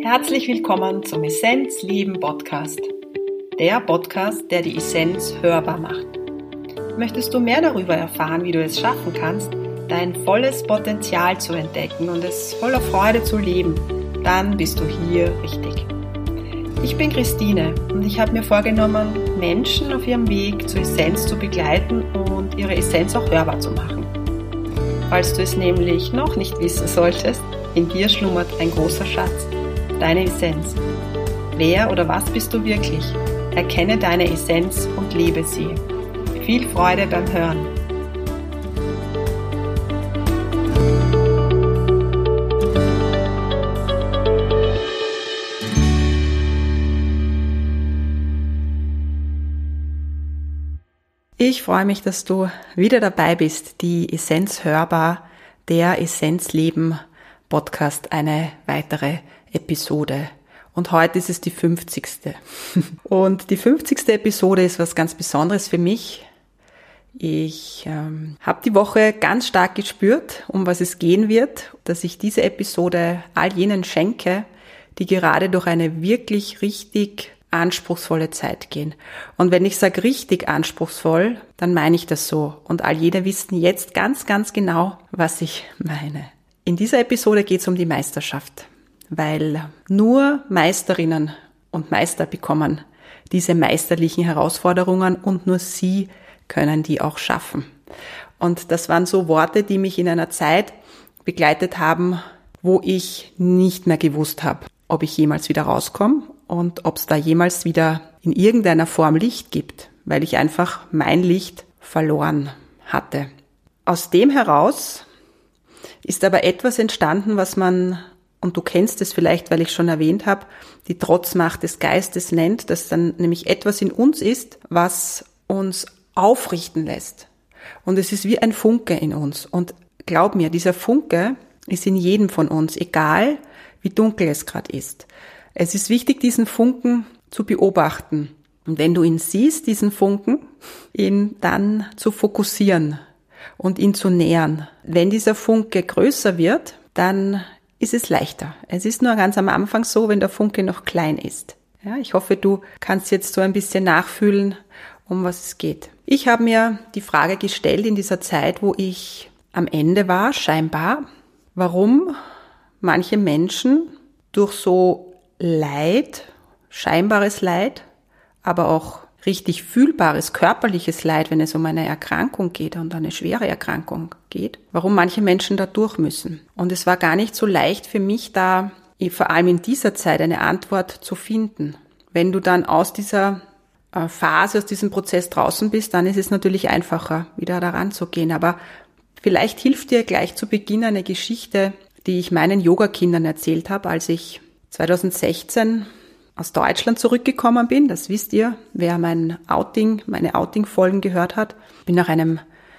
Herzlich willkommen zum Essenz Leben Podcast. Der Podcast, der die Essenz hörbar macht. Möchtest du mehr darüber erfahren, wie du es schaffen kannst, dein volles Potenzial zu entdecken und es voller Freude zu leben, dann bist du hier richtig. Ich bin Christine und ich habe mir vorgenommen, Menschen auf ihrem Weg zur Essenz zu begleiten und ihre Essenz auch hörbar zu machen. Falls du es nämlich noch nicht wissen solltest, in dir schlummert ein großer Schatz, deine Essenz. Wer oder was bist du wirklich? Erkenne deine Essenz und lebe sie. Viel Freude beim Hören. Ich freue mich, dass du wieder dabei bist, die Essenz hörbar, der Essenzleben Podcast, eine weitere Episode. Und heute ist es die 50. Und die 50. Episode ist was ganz Besonderes für mich. Ich habe die Woche ganz stark gespürt, um was es gehen wird, dass ich diese Episode all jenen schenke, die gerade durch eine wirklich richtig anspruchsvolle Zeit gehen. Und wenn ich sage richtig anspruchsvoll, dann meine ich das so. Und all jene wissen jetzt ganz, ganz genau, was ich meine. In dieser Episode geht es um die Meisterschaft, weil nur Meisterinnen und Meister bekommen diese meisterlichen Herausforderungen und nur sie können die auch schaffen. Und das waren so Worte, die mich in einer Zeit begleitet haben, wo ich nicht mehr gewusst habe, ob ich jemals wieder rauskomme und ob es da jemals wieder in irgendeiner Form Licht gibt, weil ich einfach mein Licht verloren hatte. Aus dem heraus ist aber etwas entstanden, was man, und du kennst es vielleicht, weil ich schon erwähnt habe, die Trotzmacht des Geistes nennt, dass dann nämlich etwas in uns ist, was uns aufrichten lässt. Und es ist wie ein Funke in uns. Und glaub mir, dieser Funke ist in jedem von uns, egal wie dunkel es gerade ist. Es ist wichtig, diesen Funken zu beobachten. Und wenn du ihn siehst, diesen Funken, ihn dann zu fokussieren und ihn zu nähern. Wenn dieser Funke größer wird, dann ist es leichter. Es ist nur ganz am Anfang so, wenn der Funke noch klein ist. Ja, ich hoffe, du kannst jetzt so ein bisschen nachfühlen, um was es geht. Ich habe mir die Frage gestellt in dieser Zeit, wo ich am Ende war, scheinbar, warum manche Menschen durch so Leid, scheinbares Leid, aber auch richtig fühlbares, körperliches Leid, wenn es um eine Erkrankung geht und eine schwere Erkrankung geht, warum manche Menschen da durch müssen. Und es war gar nicht so leicht für mich, da vor allem in dieser Zeit eine Antwort zu finden. Wenn du dann aus dieser Phase, aus diesem Prozess draußen bist, dann ist es natürlich einfacher, wieder daran zu gehen. Aber vielleicht hilft dir gleich zu Beginn eine Geschichte, die ich meinen Yogakindern erzählt habe, als ich 2016 aus Deutschland zurückgekommen bin. Das wisst ihr, wer meine Outing-Folgen gehört hat. Bin nach einer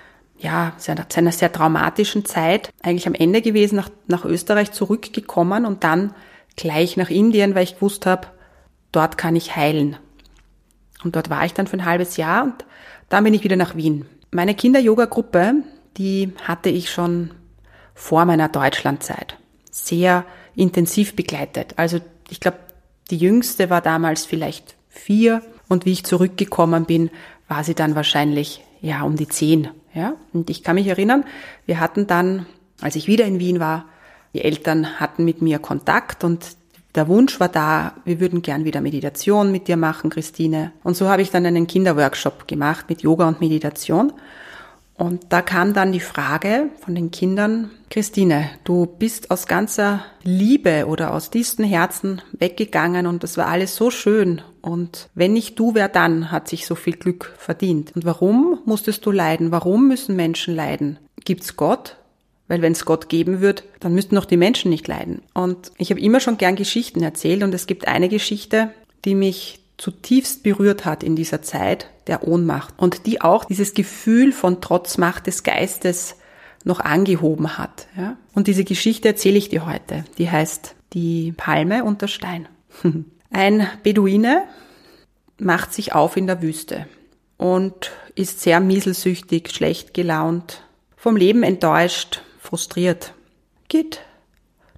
sehr traumatischen Zeit eigentlich am Ende gewesen, nach Österreich zurückgekommen und dann gleich nach Indien, weil ich gewusst habe, dort kann ich heilen. Und dort war ich dann für ein halbes Jahr und dann bin ich wieder nach Wien. Meine Kinder-Yoga-Gruppe, die hatte ich schon vor meiner Deutschlandzeit sehr intensiv begleitet. Also ich glaube, die Jüngste war damals vielleicht 4 und wie ich zurückgekommen bin, war sie dann wahrscheinlich um die 10. Ja? Und ich kann mich erinnern, wir hatten dann, als ich wieder in Wien war, die Eltern hatten mit mir Kontakt und der Wunsch war da, wir würden gern wieder Meditation mit dir machen, Christine. Und so habe ich dann einen Kinderworkshop gemacht mit Yoga und Meditation. Und da kam dann die Frage von den Kindern, Christine, du bist aus ganzer Liebe oder aus tiefstem Herzen weggegangen und das war alles so schön. Und wenn nicht du, wer dann, hat sich so viel Glück verdient. Und warum musstest du leiden? Warum müssen Menschen leiden? Gibt's Gott? Weil wenn es Gott geben wird, dann müssten doch die Menschen nicht leiden. Und ich habe immer schon gern Geschichten erzählt und es gibt eine Geschichte, die mich zutiefst berührt hat in dieser Zeit der Ohnmacht und die auch dieses Gefühl von Trotzmacht des Geistes noch angehoben hat. Ja? Und diese Geschichte erzähle ich dir heute. Die heißt Die Palme und der Stein. Ein Beduine macht sich auf in der Wüste und ist sehr mieselsüchtig, schlecht gelaunt, vom Leben enttäuscht, frustriert. Geht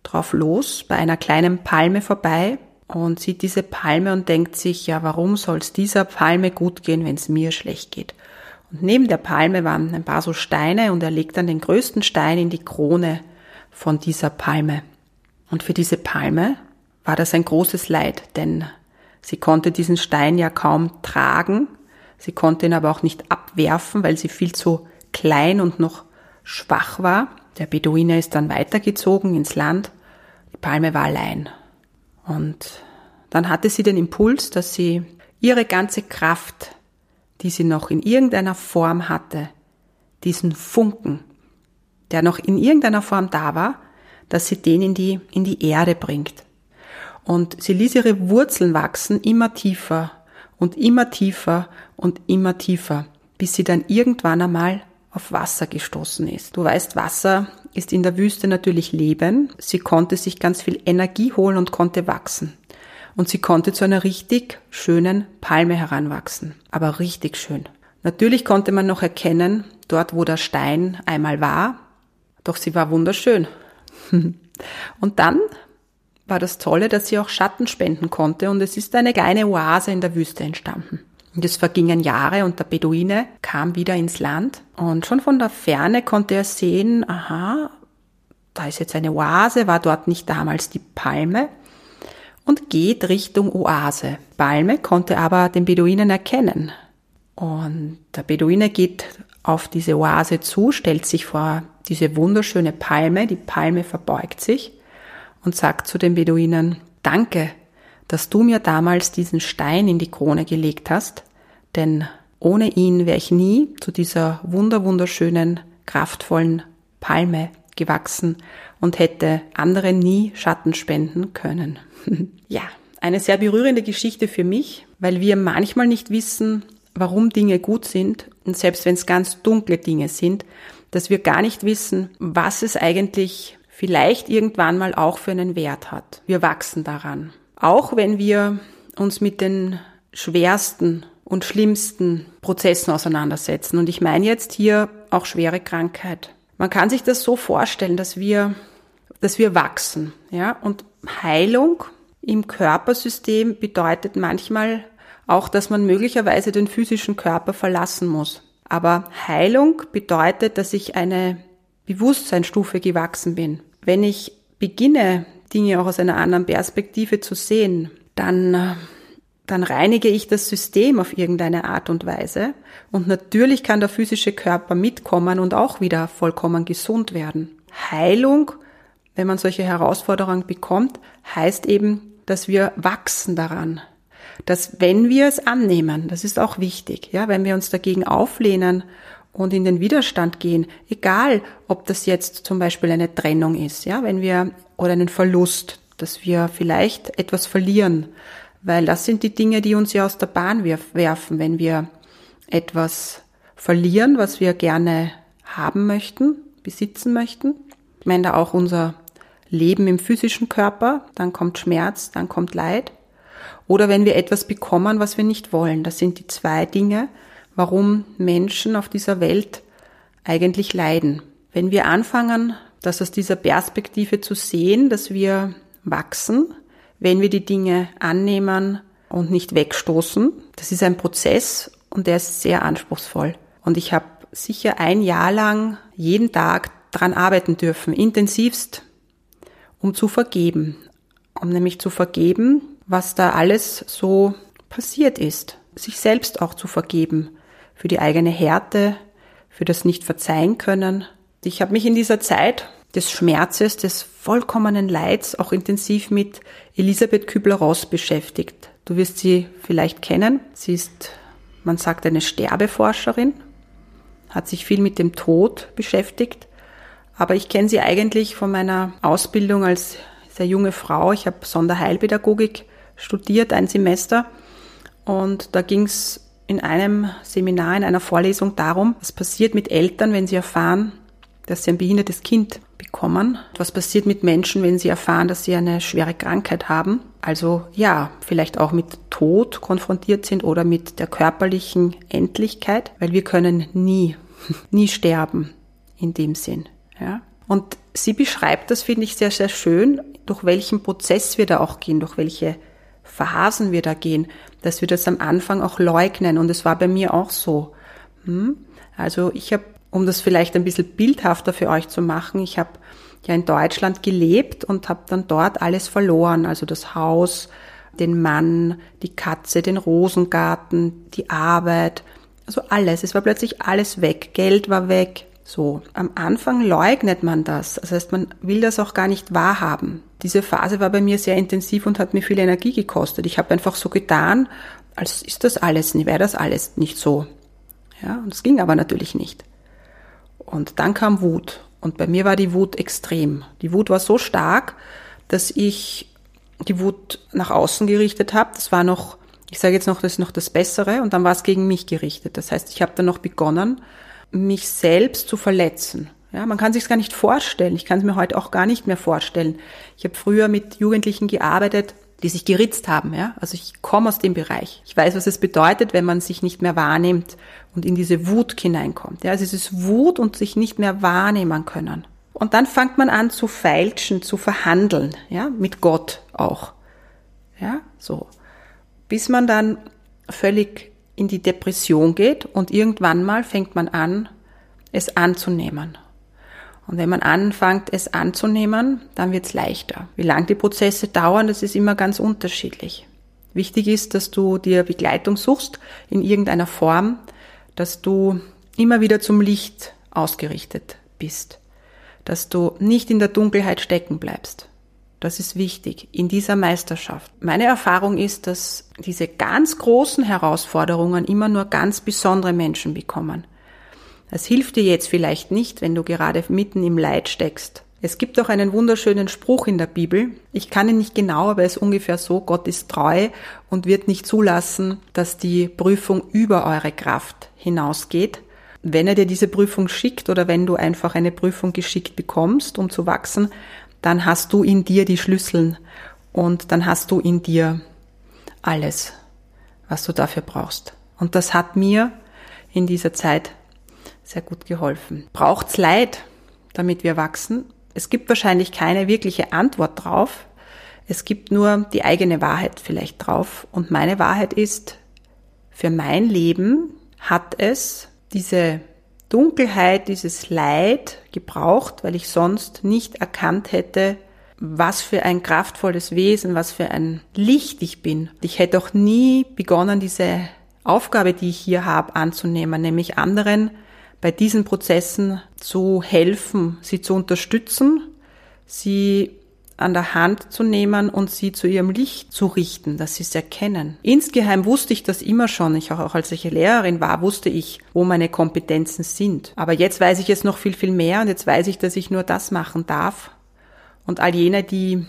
drauf los bei einer kleinen Palme vorbei und sieht diese Palme und denkt sich, ja, warum soll es dieser Palme gut gehen, wenn es mir schlecht geht? Und neben der Palme waren ein paar so Steine und er legt dann den größten Stein in die Krone von dieser Palme. Und für diese Palme war das ein großes Leid, denn sie konnte diesen Stein ja kaum tragen, sie konnte ihn aber auch nicht abwerfen, weil sie viel zu klein und noch schwach war. Der Beduine ist dann weitergezogen ins Land, die Palme war allein. Und dann hatte sie den Impuls, dass sie ihre ganze Kraft, die sie noch in irgendeiner Form hatte, diesen Funken, der noch in irgendeiner Form da war, dass sie den in die Erde bringt. Und sie ließ ihre Wurzeln wachsen, immer tiefer und immer tiefer und immer tiefer, bis sie dann irgendwann einmal auf Wasser gestoßen ist. Du weißt, Wasser ist in der Wüste natürlich Leben. Sie konnte sich ganz viel Energie holen und konnte wachsen. Und sie konnte zu einer richtig schönen Palme heranwachsen. Aber richtig schön. Natürlich konnte man noch erkennen, dort wo der Stein einmal war, doch sie war wunderschön. Und dann war das Tolle, dass sie auch Schatten spenden konnte und es ist eine kleine Oase in der Wüste entstanden. Und es vergingen Jahre und der Beduine kam wieder ins Land und schon von der Ferne konnte er sehen, aha, da ist jetzt eine Oase, war dort nicht damals die Palme und geht Richtung Oase. Palme konnte aber den Beduinen erkennen und der Beduine geht auf diese Oase zu, stellt sich vor diese wunderschöne Palme, die Palme verbeugt sich und sagt zu den Beduinen, danke, dass du mir damals diesen Stein in die Krone gelegt hast, denn ohne ihn wäre ich nie zu dieser wunderschönen, kraftvollen Palme gewachsen und hätte anderen nie Schatten spenden können. Ja, eine sehr berührende Geschichte für mich, weil wir manchmal nicht wissen, warum Dinge gut sind und selbst wenn es ganz dunkle Dinge sind, dass wir gar nicht wissen, was es eigentlich vielleicht irgendwann mal auch für einen Wert hat. Wir wachsen daran. Auch wenn wir uns mit den schwersten und schlimmsten Prozessen auseinandersetzen. Und ich meine jetzt hier auch schwere Krankheit. Man kann sich das so vorstellen, dass wir wachsen, ja? Und Heilung im Körpersystem bedeutet manchmal auch, dass man möglicherweise den physischen Körper verlassen muss. Aber Heilung bedeutet, dass ich eine Bewusstseinsstufe gewachsen bin. Wenn ich beginne, Dinge auch aus einer anderen Perspektive zu sehen, dann reinige ich das System auf irgendeine Art und Weise. Und natürlich kann der physische Körper mitkommen und auch wieder vollkommen gesund werden. Heilung, wenn man solche Herausforderungen bekommt, heißt eben, dass wir wachsen daran. Dass wenn wir es annehmen, das ist auch wichtig, ja, wenn wir uns dagegen auflehnen und in den Widerstand gehen, egal ob das jetzt zum Beispiel eine Trennung ist, ja, oder einen Verlust, dass wir vielleicht etwas verlieren, weil das sind die Dinge, die uns ja aus der Bahn werfen, wenn wir etwas verlieren, was wir gerne haben möchten, besitzen möchten. Ich meine da auch unser Leben im physischen Körper, dann kommt Schmerz, dann kommt Leid. Oder wenn wir etwas bekommen, was wir nicht wollen. Das sind die zwei Dinge, warum Menschen auf dieser Welt eigentlich leiden. Wenn wir anfangen, das aus dieser Perspektive zu sehen, dass wir wachsen, wenn wir die Dinge annehmen und nicht wegstoßen, das ist ein Prozess und der ist sehr anspruchsvoll. Und ich habe sicher ein Jahr lang jeden Tag daran arbeiten dürfen, intensivst, um zu vergeben. Um nämlich zu vergeben, was da alles so passiert ist. Sich selbst auch zu vergeben. Für die eigene Härte, für das Nicht-Verzeihen können. Ich habe mich in dieser Zeit des Schmerzes, des vollkommenen Leids auch intensiv mit Elisabeth Kübler-Ross beschäftigt. Du wirst sie vielleicht kennen. Sie ist, man sagt, eine Sterbeforscherin, hat sich viel mit dem Tod beschäftigt. Aber ich kenne sie eigentlich von meiner Ausbildung als sehr junge Frau. Ich habe Sonderheilpädagogik studiert, ein Semester. Und da ging es in einem Seminar, in einer Vorlesung darum, was passiert mit Eltern, wenn sie erfahren, dass sie ein behindertes Kind bekommen. Was passiert mit Menschen, wenn sie erfahren, dass sie eine schwere Krankheit haben. Also ja, vielleicht auch mit Tod konfrontiert sind oder mit der körperlichen Endlichkeit, weil wir können nie sterben in dem Sinn. Ja? Und sie beschreibt das, finde ich, sehr, sehr schön, durch welchen Prozess wir da auch gehen, durch welche Phasen wir da gehen, dass wir das am Anfang auch leugnen. Und es war bei mir auch so. Also ich habe, um das vielleicht ein bisschen bildhafter für euch zu machen, ich habe ja in Deutschland gelebt und habe dann dort alles verloren. Also das Haus, den Mann, die Katze, den Rosengarten, die Arbeit, also alles. Es war plötzlich alles weg. Geld war weg. So, am Anfang leugnet man das. Das heißt, man will das auch gar nicht wahrhaben. Diese Phase war bei mir sehr intensiv und hat mir viel Energie gekostet. Ich habe einfach so getan, als ist das alles, wäre das alles nicht so. Ja, und es ging aber natürlich nicht. Und dann kam Wut. Und bei mir war die Wut extrem. Die Wut war so stark, dass ich die Wut nach außen gerichtet habe. Das war noch, ich sage jetzt noch, das ist noch das Bessere. Und dann war es gegen mich gerichtet. Das heißt, ich habe dann noch begonnen, mich selbst zu verletzen. Ja, man kann sich es gar nicht vorstellen. Ich kann es mir heute auch gar nicht mehr vorstellen. Ich habe früher mit Jugendlichen gearbeitet, die sich geritzt haben. Ja? Also ich komme aus dem Bereich. Ich weiß, was es bedeutet, wenn man sich nicht mehr wahrnimmt und in diese Wut hineinkommt. Ja, also es ist Wut und sich nicht mehr wahrnehmen können. Und dann fängt man an zu feilschen, zu verhandeln, ja, mit Gott auch. Ja, so. Bis man dann völlig in die Depression geht und irgendwann mal fängt man an, es anzunehmen. Und wenn man anfängt, es anzunehmen, dann wird es leichter. Wie lange die Prozesse dauern, das ist immer ganz unterschiedlich. Wichtig ist, dass du dir Begleitung suchst in irgendeiner Form, dass du immer wieder zum Licht ausgerichtet bist, dass du nicht in der Dunkelheit stecken bleibst. Das ist wichtig in dieser Meisterschaft. Meine Erfahrung ist, dass diese ganz großen Herausforderungen immer nur ganz besondere Menschen bekommen. Es hilft dir jetzt vielleicht nicht, wenn du gerade mitten im Leid steckst. Es gibt auch einen wunderschönen Spruch in der Bibel. Ich kann ihn nicht genau, aber es ist ungefähr so: Gott ist treu und wird nicht zulassen, dass die Prüfung über eure Kraft hinausgeht. Wenn er dir diese Prüfung schickt oder wenn du einfach eine Prüfung geschickt bekommst, um zu wachsen, dann hast du in dir die Schlüsseln und dann hast du in dir alles, was du dafür brauchst. Und das hat mir in dieser Zeit sehr gut geholfen. Braucht's Leid, damit wir wachsen? Es gibt wahrscheinlich keine wirkliche Antwort drauf. Es gibt nur die eigene Wahrheit vielleicht drauf. Und meine Wahrheit ist, für mein Leben hat es diese Dunkelheit, dieses Leid gebraucht, weil ich sonst nicht erkannt hätte, was für ein kraftvolles Wesen, was für ein Licht ich bin. Ich hätte auch nie begonnen, diese Aufgabe, die ich hier habe, anzunehmen, nämlich anderen bei diesen Prozessen zu helfen, sie zu unterstützen, sie an der Hand zu nehmen und sie zu ihrem Licht zu richten, dass sie es erkennen. Insgeheim wusste ich das immer schon. Ich auch als ich Lehrerin war, wusste ich, wo meine Kompetenzen sind. Aber jetzt weiß ich es noch viel, viel mehr und jetzt weiß ich, dass ich nur das machen darf. Und all jene, die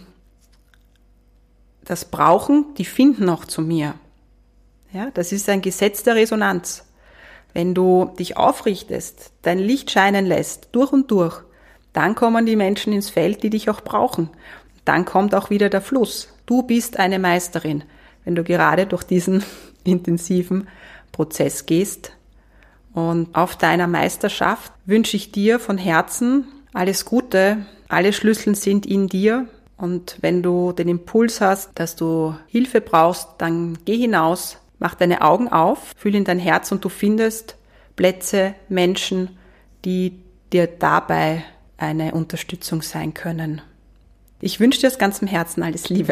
das brauchen, die finden auch zu mir. Ja, das ist ein Gesetz der Resonanz. Wenn du dich aufrichtest, dein Licht scheinen lässt, durch und durch, dann kommen die Menschen ins Feld, die dich auch brauchen. Dann kommt auch wieder der Fluss. Du bist eine Meisterin, wenn du gerade durch diesen intensiven Prozess gehst. Und auf deiner Meisterschaft wünsche ich dir von Herzen alles Gute. Alle Schlüssel sind in dir. Und wenn du den Impuls hast, dass du Hilfe brauchst, dann geh hinaus, mach deine Augen auf, fühl in dein Herz und du findest Plätze, Menschen, die dir dabei eine Unterstützung sein können. Ich wünsche dir aus ganzem Herzen alles Liebe.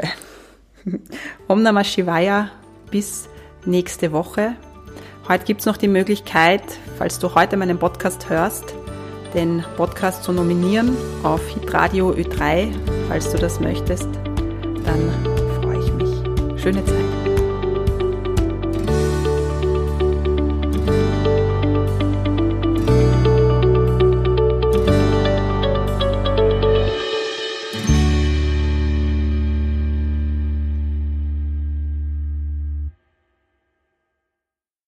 Om Namah Shivaya, bis nächste Woche. Heute gibt's noch die Möglichkeit, falls du heute meinen Podcast hörst, den Podcast zu nominieren auf Hitradio Ö3. Falls du das möchtest, dann freue ich mich. Schöne Zeit.